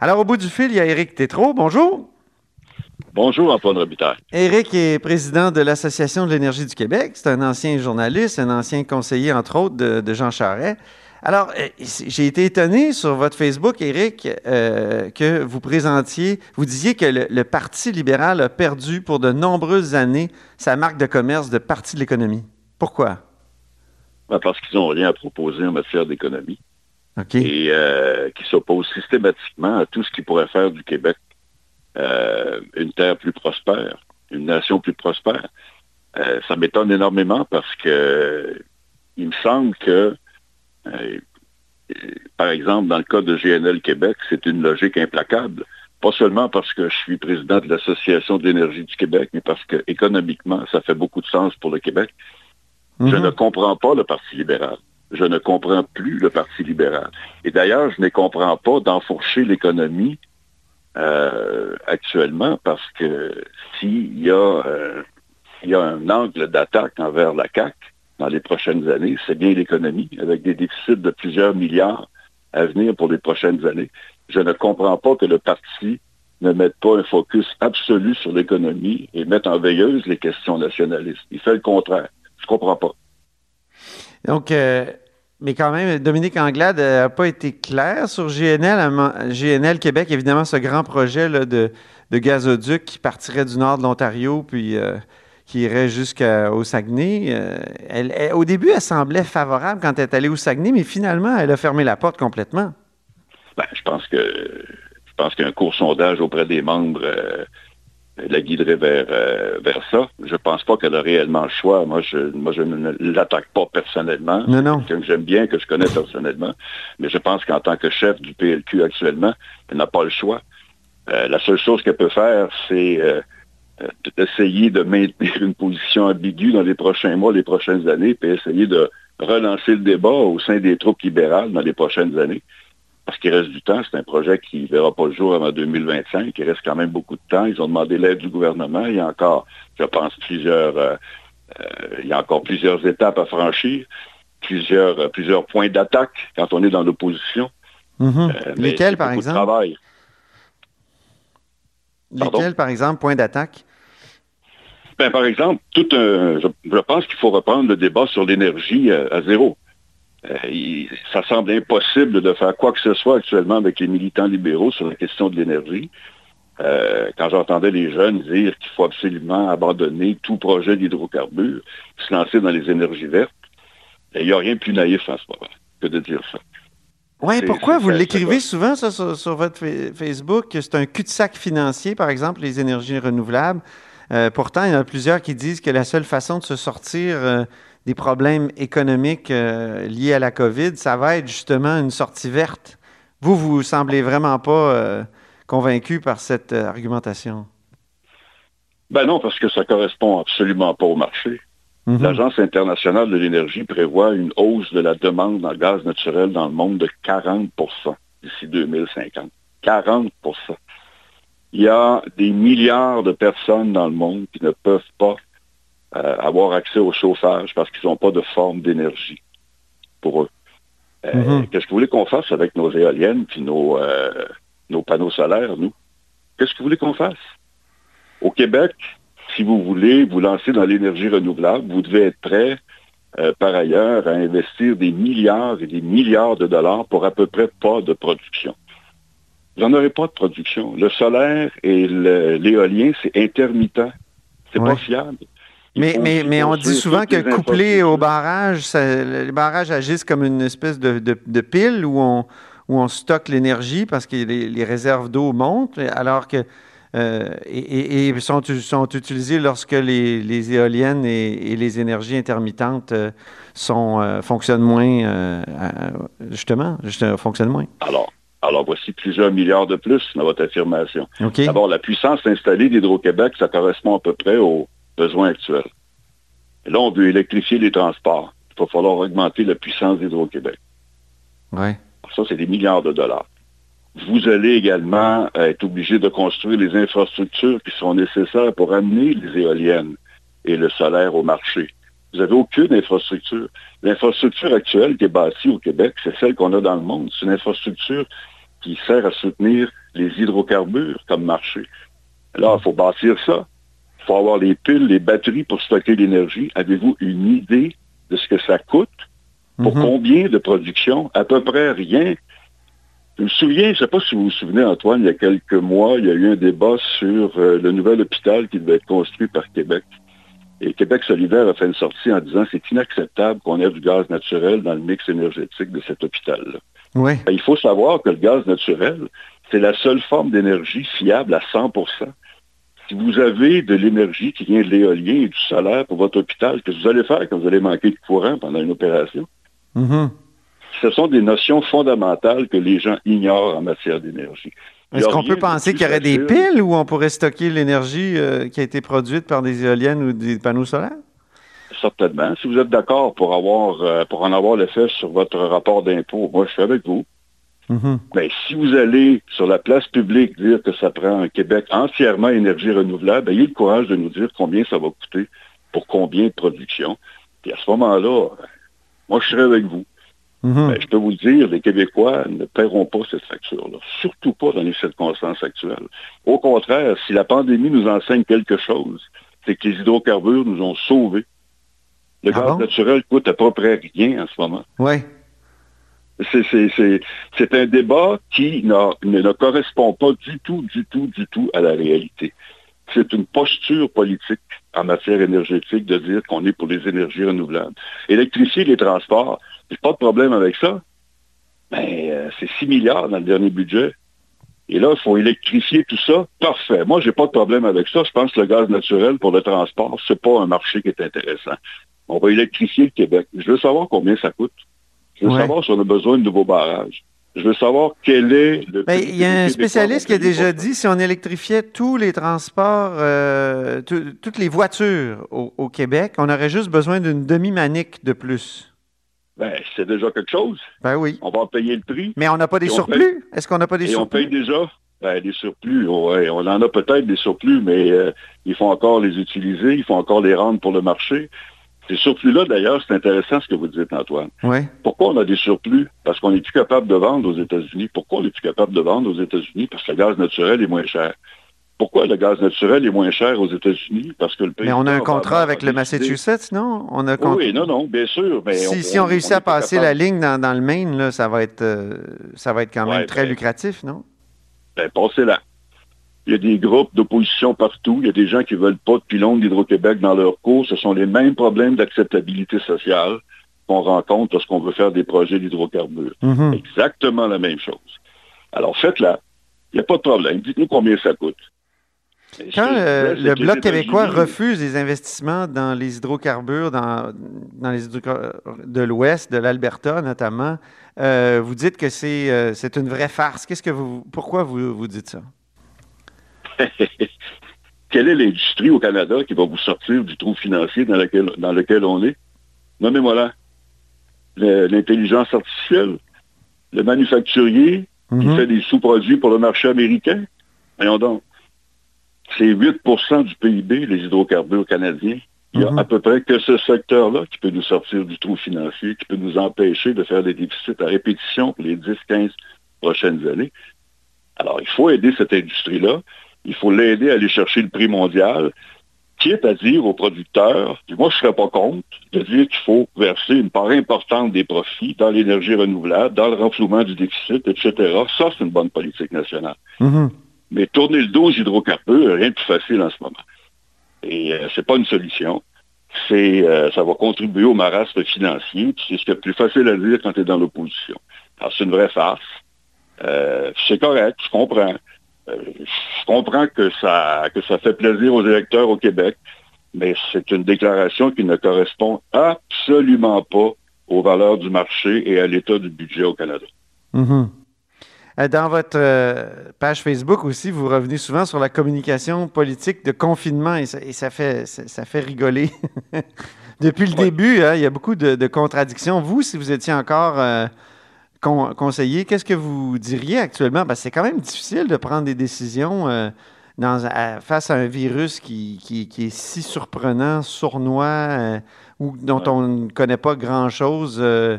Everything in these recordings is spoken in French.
Alors, au bout du fil, il y a Éric Tétrault. Bonjour. Bonjour, Antoine Robitaille. Éric est président de l'Association de l'énergie du Québec. C'est un ancien journaliste, un ancien conseiller, entre autres, de Jean Charest. Alors, j'ai été étonné sur votre Facebook, Éric, que vous présentiez, vous disiez que le Parti libéral a perdu pour de nombreuses années sa marque de commerce de Parti de l'économie. Pourquoi? Parce qu'ils n'ont rien à proposer en matière d'économie. OK. Et qui s'opposent systématiquement à tout ce qui pourrait faire du Québec une terre plus prospère, une nation plus prospère. Ça m'étonne énormément parce que il me semble que, par exemple, dans le cas de GNL Québec, c'est une logique implacable. Pas seulement parce que je suis président de l'Association de l'énergie du Québec, mais parce que économiquement, ça fait beaucoup de sens pour le Québec. Je ne comprends pas le Parti libéral. Je ne comprends plus le Parti libéral. Et d'ailleurs, je ne comprends pas d'enfourcher l'économie actuellement parce que s'il y a un angle d'attaque envers la CAQ dans les prochaines années, c'est bien l'économie, avec des déficits de plusieurs milliards à venir pour les prochaines années. Je ne comprends pas que le parti ne mette pas un focus absolu sur l'économie et mette en veilleuse les questions nationalistes. Il fait le contraire. Je ne comprends pas. Donc, mais quand même, Dominique Anglade n'a pas été clair sur GNL. GNL Québec, évidemment, ce grand projet là, de gazoduc qui partirait du nord de l'Ontario puis qui irait jusqu'au Saguenay. Au début, elle semblait favorable quand elle est allée au Saguenay, mais finalement, elle a fermé la porte complètement. Je pense qu'un court sondage auprès des membres la guiderait vers ça. Je pense pas qu'elle a réellement le choix. Moi, je ne l'attaque pas personnellement. Non. C'est quelqu'un que j'aime bien, que je connais personnellement. Mais je pense qu'en tant que chef du PLQ actuellement, elle n'a pas le choix. La seule chose qu'elle peut faire, c'est d'essayer de maintenir une position ambiguë dans les prochains mois, les prochaines années, puis essayer de relancer le débat au sein des troupes libérales dans les prochaines années. Parce qu'il reste du temps, c'est un projet qui ne verra pas le jour avant 2025. Il reste quand même beaucoup de temps. Ils ont demandé l'aide du gouvernement. Il y a encore, je pense, il y a encore plusieurs étapes à franchir, plusieurs points d'attaque quand on est dans l'opposition. Lesquels, par exemple? Travail. Lesquels, par exemple, points d'attaque? Par exemple, je pense qu'il faut reprendre le débat sur l'énergie à zéro. Ça semble impossible de faire quoi que ce soit actuellement avec les militants libéraux sur la question de l'énergie. Quand j'entendais les jeunes dire qu'il faut absolument abandonner tout projet d'hydrocarbures, se lancer dans les énergies vertes, il n'y a rien de plus naïf en ce moment que de dire ça. Oui, pourquoi? Vous l'écrivez souvent, ça, sur votre Facebook, que c'est un cul-de-sac financier, par exemple, les énergies renouvelables. Pourtant, il y en a plusieurs qui disent que la seule façon de se sortir des problèmes économiques liés à la COVID, ça va être justement une sortie verte. Vous semblez vraiment pas convaincu par cette argumentation. Non, parce que ça correspond absolument pas au marché. L'Agence internationale de l'énergie prévoit une hausse de la demande en gaz naturel dans le monde de 40 % d'ici 2050. 40 %. Il y a des milliards de personnes dans le monde qui ne peuvent pas avoir accès au chauffage parce qu'ils n'ont pas de forme d'énergie pour eux. Qu'est-ce que vous voulez qu'on fasse avec nos éoliennes puis nos panneaux solaires, nous? Qu'est-ce que vous voulez qu'on fasse? Au Québec, si vous voulez vous lancer dans l'énergie renouvelable, vous devez être prêt, par ailleurs, à investir des milliards et des milliards de dollars pour à peu près pas de production. Vous n'en aurez pas de production. Le solaire et l'éolien, c'est intermittent. C'est pas fiable. Mais on dit souvent que couplé au barrage, les barrages agissent comme une espèce de pile où on stocke l'énergie parce que les réserves d'eau montent, alors que et sont utilisées lorsque les éoliennes et les énergies intermittentes fonctionnent moins, justement, fonctionnent moins. Alors, voici plusieurs milliards de plus dans votre affirmation. Okay. D'abord, la puissance installée d'Hydro-Québec, ça correspond à peu près aux besoins actuels. Et là, on veut électrifier les transports. Il va falloir augmenter la puissance d'Hydro-Québec. Ouais. Ça, c'est des milliards de dollars. Vous allez également être obligé de construire les infrastructures qui sont nécessaires pour amener les éoliennes et le solaire au marché. Vous n'avez aucune infrastructure. L'infrastructure actuelle qui est bâtie au Québec, c'est celle qu'on a dans le monde. C'est une infrastructure qui sert à soutenir les hydrocarbures comme marché. Là, il faut bâtir ça. Il faut avoir les piles, les batteries pour stocker l'énergie. Avez-vous une idée de ce que ça coûte? Pour combien de production? À peu près rien. Je me souviens, je ne sais pas si vous vous souvenez, Antoine, il y a quelques mois, il y a eu un débat sur le nouvel hôpital qui devait être construit par Québec. Et Québec solidaire a fait une sortie en disant que c'est inacceptable qu'on ait du gaz naturel dans le mix énergétique de cet hôpital-là. Oui. Il faut savoir que le gaz naturel, c'est la seule forme d'énergie fiable à 100%. Si vous avez de l'énergie qui vient de l'éolien et du solaire pour votre hôpital, qu'est-ce que vous allez faire quand vous allez manquer de courant pendant une opération? Ce sont des notions fondamentales que les gens ignorent en matière d'énergie. Est-ce qu'on peut penser qu'il y aurait des piles où on pourrait stocker l'énergie qui a été produite par des éoliennes ou des panneaux solaires? Certainement. Si vous êtes d'accord pour en avoir l'effet sur votre rapport d'impôt, moi, je suis avec vous. Mais si vous allez sur la place publique dire que ça prend un Québec entièrement énergie renouvelable, ayez le courage de nous dire combien ça va coûter pour combien de production. Puis à ce moment-là, moi, je serai avec vous. Mais je peux vous le dire, les Québécois ne paieront pas cette facture-là, surtout pas dans les circonstances actuelles. Au contraire, si la pandémie nous enseigne quelque chose, c'est que les hydrocarbures nous ont sauvés. Le gaz naturel coûte à peu près rien en ce moment. Oui. C'est un débat qui ne correspond pas du tout à la réalité. C'est une posture politique en matière énergétique de dire qu'on est pour les énergies renouvelables. Électrifier les transports, j'ai pas de problème avec ça. Mais c'est 6 milliards dans le dernier budget. Et là, il faut électrifier tout ça. Parfait. Moi, j'ai pas de problème avec ça. Je pense que le gaz naturel pour le transport, c'est pas un marché qui est intéressant. On va électrifier le Québec. Je veux savoir combien ça coûte. Je veux savoir si on a besoin de nouveaux barrages. Je veux savoir quel est le... Il y a un spécialiste qui a déjà dit si on électrifiait tous les transports, toutes les voitures au Québec, on aurait juste besoin d'une demi-manique de plus. C'est déjà quelque chose. Oui. On va en payer le prix. Mais on n'a pas des surplus. Est-ce qu'on n'a pas des surplus? On paye déjà des surplus. Ouais, on en a peut-être des surplus, mais il faut encore les utiliser, il faut encore les rendre pour le marché. Ces surplus-là, d'ailleurs, c'est intéressant ce que vous dites, Antoine. Oui. Pourquoi on a des surplus? Parce qu'on n'est plus capable de vendre aux États-Unis. Pourquoi on n'est plus capable de vendre aux États-Unis? Parce que le gaz naturel est moins cher. Pourquoi le gaz naturel est moins cher aux États-Unis? Parce que le pays... Mais on a un contrat avec le Massachusetts, non? Oui, non, bien sûr. Mais si on réussit à passer la ligne dans le Maine, là, ça va être quand même très lucratif, non? Passez-la. Il y a des groupes d'opposition partout. Il y a des gens qui ne veulent pas de pylône d'Hydro-Québec dans leur cours. Ce sont les mêmes problèmes d'acceptabilité sociale qu'on rencontre lorsqu'on veut faire des projets d'hydrocarbures. Exactement la même chose. Alors, faites-la. Il n'y a pas de problème. Dites-nous combien ça coûte. Quand le Bloc québécois refuse les investissements dans les hydrocarbures, dans les hydrocarbures de l'Ouest, de l'Alberta notamment, vous dites que c'est une vraie farce. Pourquoi vous dites ça? Quelle est l'industrie au Canada qui va vous sortir du trou financier dans lequel on est? Nommez-moi là. L'intelligence artificielle, le manufacturier qui fait des sous-produits pour le marché américain. Voyons donc. C'est 8% du PIB, les hydrocarbures canadiens. Il y a à peu près que ce secteur-là qui peut nous sortir du trou financier, qui peut nous empêcher de faire des déficits à répétition pour les 10-15 prochaines années. Alors, il faut aider cette industrie-là. Il faut l'aider à aller chercher le prix mondial, quitte à dire aux producteurs, puis moi je ne serais pas contre, de dire qu'il faut verser une part importante des profits dans l'énergie renouvelable, dans le renflouement du déficit, etc. Ça, c'est une bonne politique nationale. Mais tourner le dos aux hydrocarbures, rien de plus facile en ce moment. Et c'est pas une solution. Ça va contribuer au marasme financier, puis c'est ce qui est plus facile à dire quand tu es dans l'opposition. Alors, c'est une vraie farce. C'est correct, je comprends. Je comprends que ça fait plaisir aux électeurs au Québec, mais c'est une déclaration qui ne correspond absolument pas aux valeurs du marché et à l'état du budget au Canada. Dans votre page Facebook aussi, vous revenez souvent sur la communication politique de confinement et ça fait rigoler. Depuis le début, il y a beaucoup de contradictions. Vous, si vous étiez encore... conseiller, qu'est-ce que vous diriez actuellement? Parce que c'est quand même difficile de prendre des décisions face à un virus qui est si surprenant, sournois, ou dont on ne connaît pas grand-chose.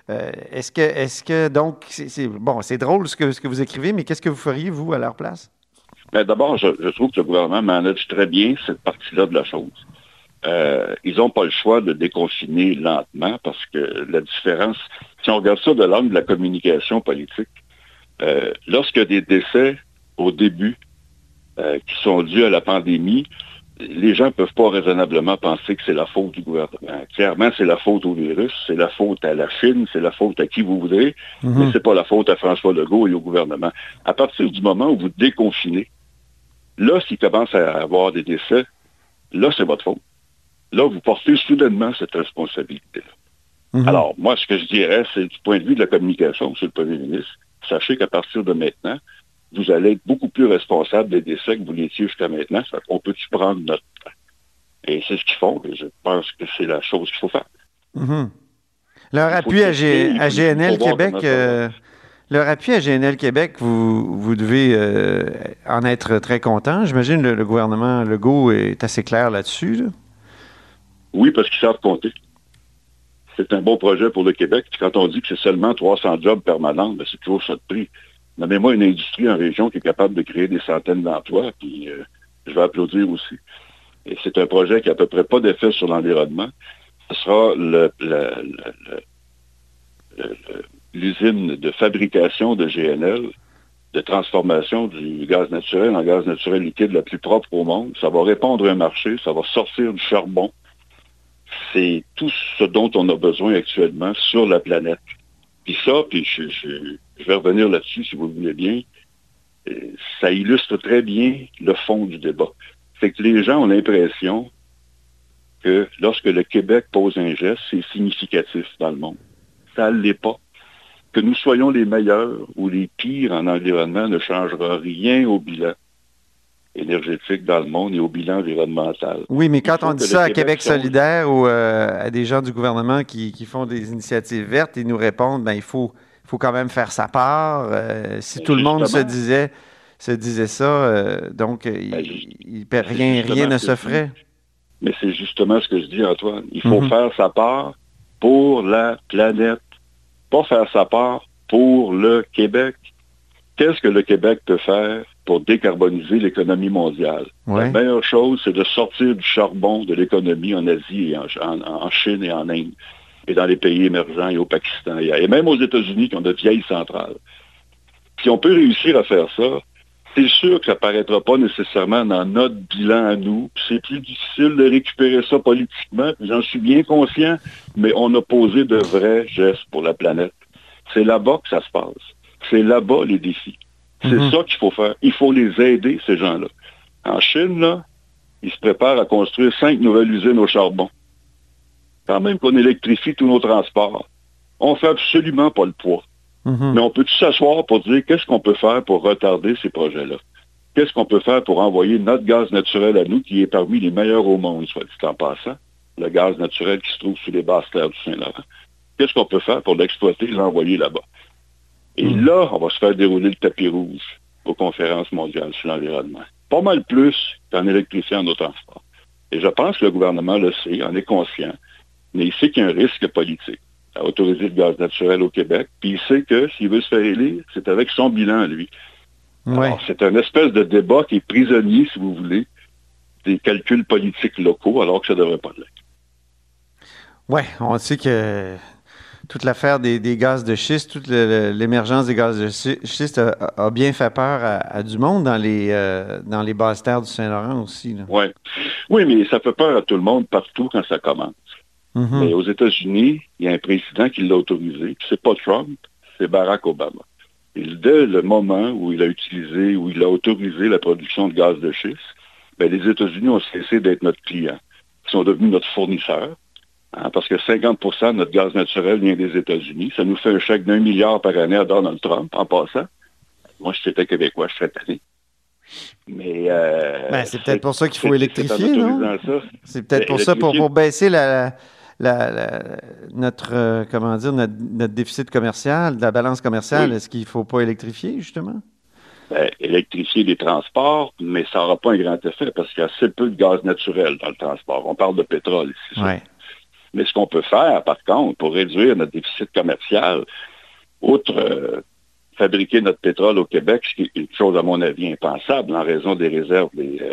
Donc, c'est drôle ce que vous écrivez, mais qu'est-ce que vous feriez, vous, à leur place? Ben, d'abord, je trouve que le gouvernement manage très bien cette partie-là de la chose. Ils n'ont pas le choix de déconfiner lentement parce que la différence, si on regarde ça de l'angle de la communication politique, lorsqu'il y a des décès au début qui sont dus à la pandémie, les gens ne peuvent pas raisonnablement penser que c'est la faute du gouvernement. Clairement, c'est la faute au virus, c'est la faute à la Chine, c'est la faute à qui vous voudrez, mais c'est pas la faute à François Legault et au gouvernement. À partir du moment où vous déconfinez, là, s'il commence à avoir des décès, là, c'est votre faute. Là, vous portez soudainement cette responsabilité-là. Alors, moi, ce que je dirais, c'est du point de vue de la communication, Monsieur le Premier ministre, sachez qu'à partir de maintenant, vous allez être beaucoup plus responsable des décès que vous l'étiez jusqu'à maintenant. On peut-tu prendre notre temps? Et c'est ce qu'ils font, et je pense que c'est la chose qu'il faut faire. Leur appui à GNL Québec... Leur appui à GNL Québec, vous devez en être très content. J'imagine le gouvernement Legault est assez clair là-dessus. Là. Oui, parce qu'ils savent compter. C'est un bon projet pour le Québec. Puis quand on dit que c'est seulement 300 jobs permanents, ben c'est toujours ça de prix. Nommez-moi une industrie en région qui est capable de créer des centaines d'emplois, puis je vais applaudir aussi. Et c'est un projet qui n'a à peu près pas d'effet sur l'environnement. Ce sera l'usine de fabrication de GNL, de transformation du gaz naturel en gaz naturel liquide la plus propre au monde. Ça va répondre à un marché, ça va sortir du charbon. C'est tout ce dont on a besoin actuellement sur la planète. Puis je vais revenir là-dessus si vous le voulez bien, ça illustre très bien le fond du débat. C'est que les gens ont l'impression que lorsque le Québec pose un geste, c'est significatif dans le monde. Ça ne l'est pas. Que nous soyons les meilleurs ou les pires en environnement ne changera rien au bilan énergétique dans le monde et au bilan environnemental. Oui, mais quand on dit ça à Québec solidaire ou à des gens du gouvernement qui font des initiatives vertes, ils nous répondent, il faut quand même faire sa part. Si tout le monde se disait ça, donc rien ne se ferait. Mais c'est justement ce que je dis, Antoine. Il faut faire sa part pour la planète, pas faire sa part pour le Québec. Qu'est-ce que le Québec peut faire pour décarboniser l'économie mondiale? Ouais. La meilleure chose, c'est de sortir du charbon de l'économie en Asie, et en Chine et en Inde, et dans les pays émergents et au Pakistan, et même aux États-Unis qui ont de vieilles centrales. Si on peut réussir à faire ça, c'est sûr que ça ne paraîtra pas nécessairement dans notre bilan à nous. C'est plus difficile de récupérer ça politiquement, j'en suis bien conscient, mais on a posé de vrais gestes pour la planète. C'est là-bas que ça se passe. C'est là-bas les défis. C'est ça qu'il faut faire. Il faut les aider, ces gens-là. En Chine, là, ils se préparent à construire 5 nouvelles usines au charbon. Quand même qu'on électrifie tous nos transports. On ne fait absolument pas le poids. Mais on peut tout s'asseoir pour dire qu'est-ce qu'on peut faire pour retarder ces projets-là? Qu'est-ce qu'on peut faire pour envoyer notre gaz naturel à nous, qui est parmi les meilleurs au monde, soit dit en passant, le gaz naturel qui se trouve sous les basses terres du Saint-Laurent? Qu'est-ce qu'on peut faire pour l'exploiter et l'envoyer là-bas? Et là, on va se faire dérouler le tapis rouge aux conférences mondiales sur l'environnement. Pas mal plus qu'en électrifiant nos transports. Et je pense que le gouvernement le sait, en est conscient, mais il sait qu'il y a un risque politique à autoriser le gaz naturel au Québec, puis il sait que s'il veut se faire élire, c'est avec son bilan, lui. Ouais. Alors, c'est un espèce de débat qui est prisonnier, si vous voulez, des calculs politiques locaux, alors que ça ne devrait pas l'être. Oui, on sait que toute l'affaire des gaz de schiste, toute l'émergence des gaz de schiste a bien fait peur à du monde dans les basses terres du Saint-Laurent aussi. Ouais. Oui, mais ça fait peur à tout le monde partout quand ça commence. Mais aux États-Unis, il y a un président qui l'a autorisé. C'est pas Trump, c'est Barack Obama. Et dès le moment où il a autorisé la production de gaz de schiste, les États-Unis ont cessé d'être notre client. Ils sont devenus notre fournisseur. Parce que 50% de notre gaz naturel vient des États-Unis. Ça nous fait un chèque d'1 milliard par année à Donald Trump, en passant. Moi, si j'étais Québécois, je serais tanné. Mais c'est peut-être pour ça qu'il faut électrifier, non? C'est peut-être pour ça, pour baisser notre déficit commercial, de la balance commerciale. Oui. Est-ce qu'il ne faut pas électrifier, justement? Électrifier les transports, mais ça n'aura pas un grand effet parce qu'il y a assez peu de gaz naturel dans le transport. On parle de pétrole ici. Ouais. Mais ce qu'on peut faire, par contre, pour réduire notre déficit commercial, outre fabriquer notre pétrole au Québec, ce qui est une chose, à mon avis, impensable en raison des réserves,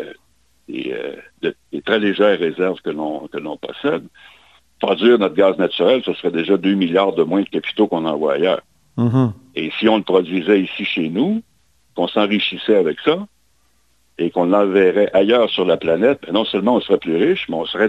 des très légères réserves que l'on possède, produire notre gaz naturel, ce serait déjà 2 milliards de moins de capitaux qu'on envoie ailleurs. Mm-hmm. Et si on le produisait ici chez nous, qu'on s'enrichissait avec ça, et qu'on l'enverrait ailleurs sur la planète, non seulement on serait plus riche, mais on serait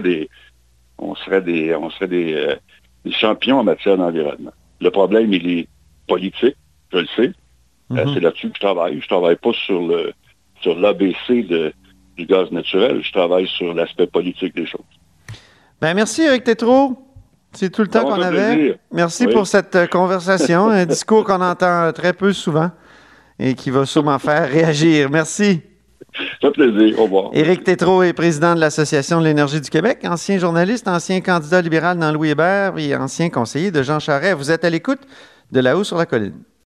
des champions en matière d'environnement. Le problème, il est politique, je le sais. Mm-hmm. C'est là-dessus que je travaille. Je travaille pas sur l'ABC du gaz naturel. Je travaille sur l'aspect politique des choses. Ben merci, Éric Tétrault. C'est tout le temps qu'on avait. Plaisir. Merci pour cette conversation. Un discours qu'on entend très peu souvent et qui va sûrement faire réagir. Merci. Ça fait plaisir. Au revoir. Éric Tétrault est président de l'Association de l'énergie du Québec, ancien journaliste, ancien candidat libéral dans Louis Hébert et ancien conseiller de Jean Charest. Vous êtes à l'écoute de Là-haut sur la colline.